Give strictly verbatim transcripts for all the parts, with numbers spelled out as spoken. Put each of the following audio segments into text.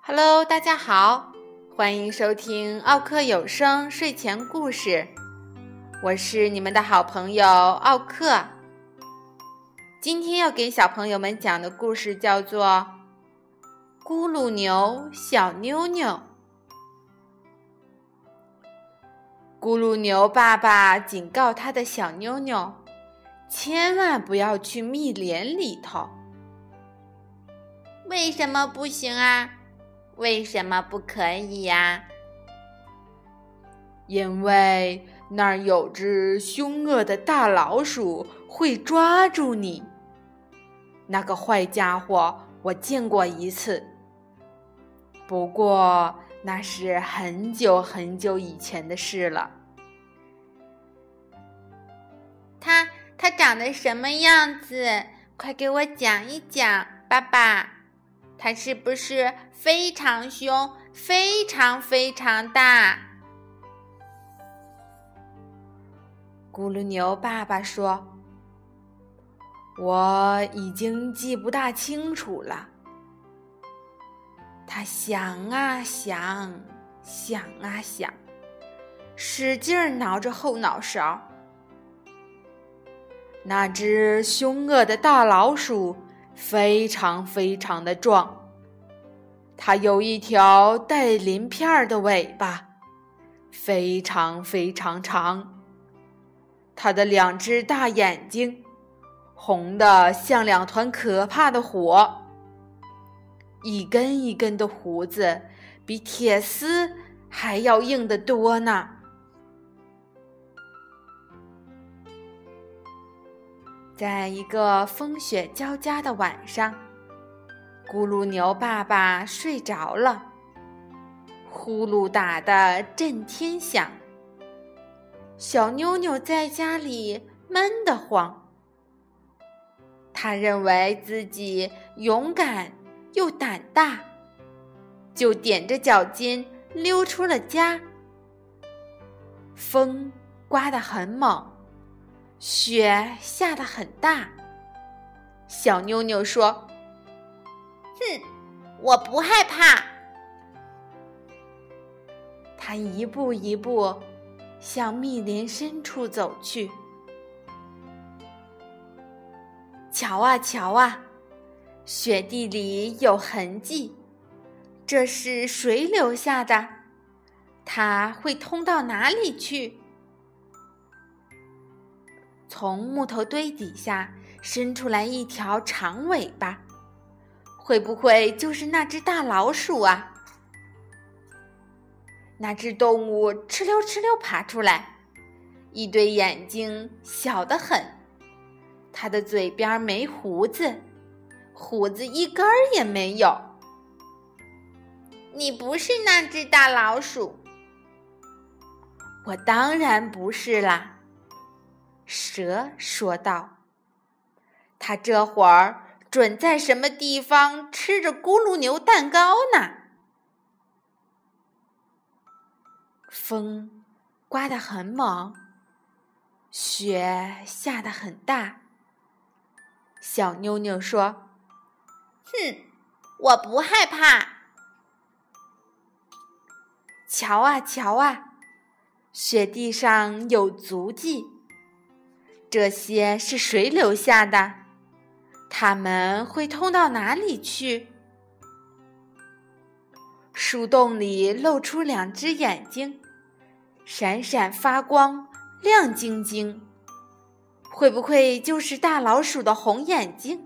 Hello， 大家好，欢迎收听奥克有声睡前故事，我是你们的好朋友奥克。今天要给小朋友们讲的故事叫做《咕噜牛小妞妞》。咕噜牛爸爸警告他的小妞妞，千万不要去蜜莲里头。 为什么不行啊？为什么不可以呀？ 因为那儿有只凶恶的大老鼠会抓住你。那个坏家伙我见过一次，不过那是很久很久以前的事了。 它它长得什么样子？快给我讲一讲，爸爸。它是不是非常凶，非常非常大？ 咕噜牛爸爸说，我已经记不大清楚了。他想啊想，想啊想，使劲儿挠着后脑勺。那只凶恶的大老鼠非常非常的壮，它有一条带鳞片的尾巴，非常非常长。它的两只大眼睛红得像两团可怕的火，一根一根的胡子比铁丝还要硬得多呢。在一个风雪交加的晚上，咕噜牛爸爸睡着了，呼噜打得震天响。小妞妞在家里闷得慌，她认为自己勇敢又胆大，就踮着脚尖溜出了家。风刮得很猛，雪下得很大。小妞妞说， 哼，我不害怕。 她一步一步向密林深处走去。瞧啊瞧啊，雪地里有痕迹，这是谁留下的？它会通到哪里去？从木头堆底下伸出来一条长尾巴，会不会就是那只大老鼠啊？那只动物哧溜哧溜爬出来，一对眼睛小得很，它的嘴边没胡子，胡子一根儿也没有。 你不是那只大老鼠。 我当然不是啦。蛇说道，它这会儿准在什么地方吃着咕噜牛蛋糕呢。风刮得很猛，雪下得很大。小妞妞说， 哼，我不害怕。 瞧啊瞧啊，雪地上有足迹，这些是谁留下的？它们会通到哪里去？树洞里露出两只眼睛，闪闪发光，亮晶晶。会不会就是大老鼠的红眼睛？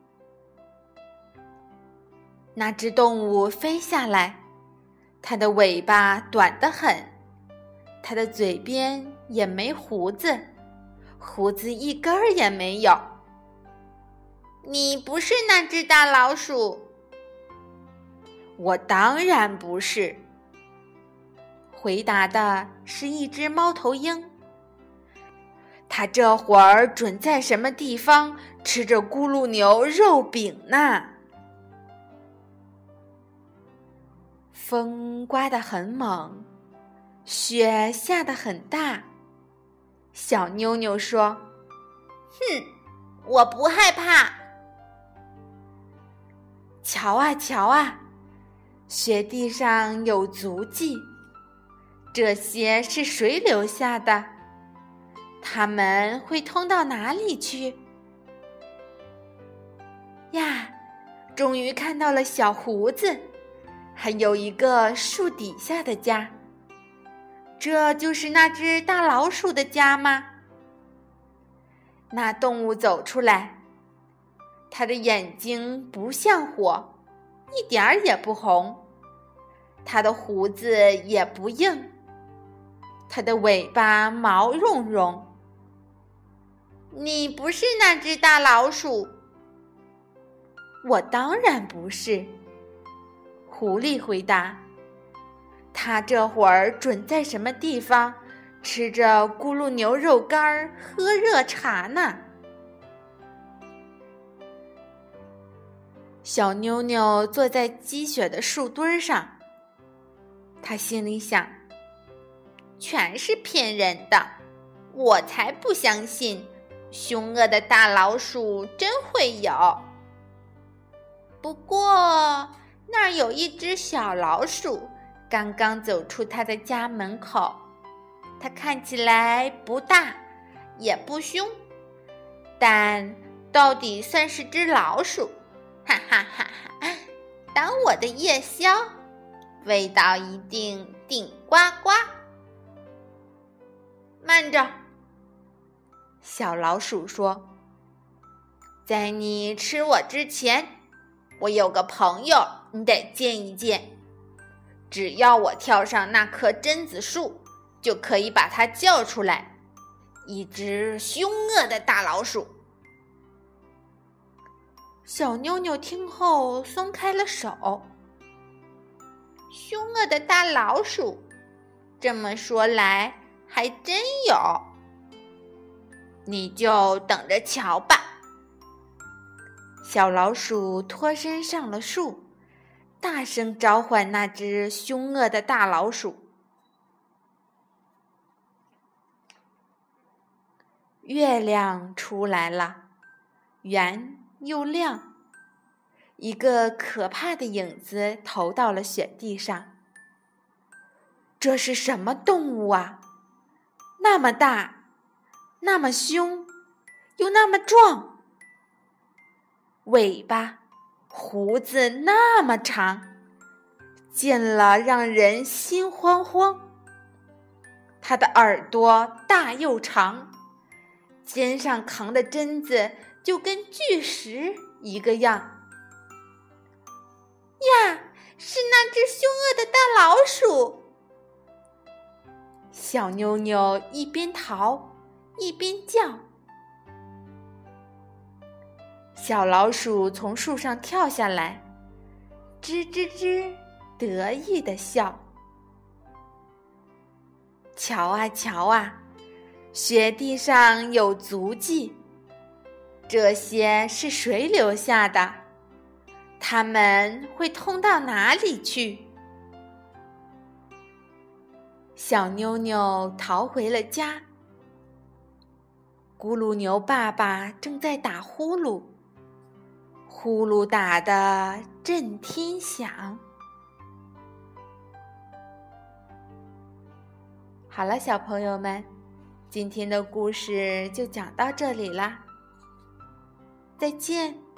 那只动物飞下来，它的尾巴短得很，它的嘴边也没胡子，胡子一根儿也没有。 你不是那只大老鼠。 我当然不是。回答的是一只猫头鹰。它这会儿准在什么地方吃着咕噜牛肉饼呢？风刮得很猛，雪下得很大。小妞妞说， 哼，我不害怕。 瞧啊瞧啊， 雪地上有足迹，这些是谁留下的？它们会通到哪里去？呀，终于看到了小胡子，还有一个树底下的家。这就是那只大老鼠的家吗？那动物走出来，它的眼睛不像火，一点儿也不红，它的胡子也不硬，它的尾巴毛茸茸。 你不是那只大老鼠？ 我当然不是。狐狸回答，它这会儿准在什么地方吃着咕噜牛肉干喝热茶呢。小妞妞坐在积雪的树墩上，她心里想， 全是骗人的，我才不相信凶恶的大老鼠真会有。不过那儿有一只小老鼠刚刚走出它的家门口，它看起来不大也不凶，但到底算是只老鼠，哈哈哈哈！当我的夜宵，味道一定顶呱呱。慢着， 小老鼠说， 在你吃我之前，我有个朋友你得见一见。只要我跳上那棵榛子树，就可以把它叫出来，一只凶恶的大老鼠。 小妞妞听后松开了手。 凶恶的大老鼠，这么说来还真有。你就等着瞧吧。 小老鼠脱身上了树，大声召唤那只凶恶的大老鼠。月亮出来了，圆又亮，一个可怕的影子投到了雪地上。这是什么动物啊？那么大，那么凶，又那么壮，尾巴胡子那么长，见了让人心慌慌。它的耳朵大又长，肩上扛的榛子就跟巨石一个样。 呀，是那只凶恶的大老鼠！ 小妞妞一边逃一边叫。小老鼠从树上跳下来，吱吱吱得意地笑。瞧啊瞧啊，雪地上有足迹，这些是谁留下的？它们会通到哪里去？小妞妞逃回了家。咕噜牛爸爸正在打呼噜，呼噜打得震天响。好了，小朋友们，今天的故事就讲到这里啦，再见。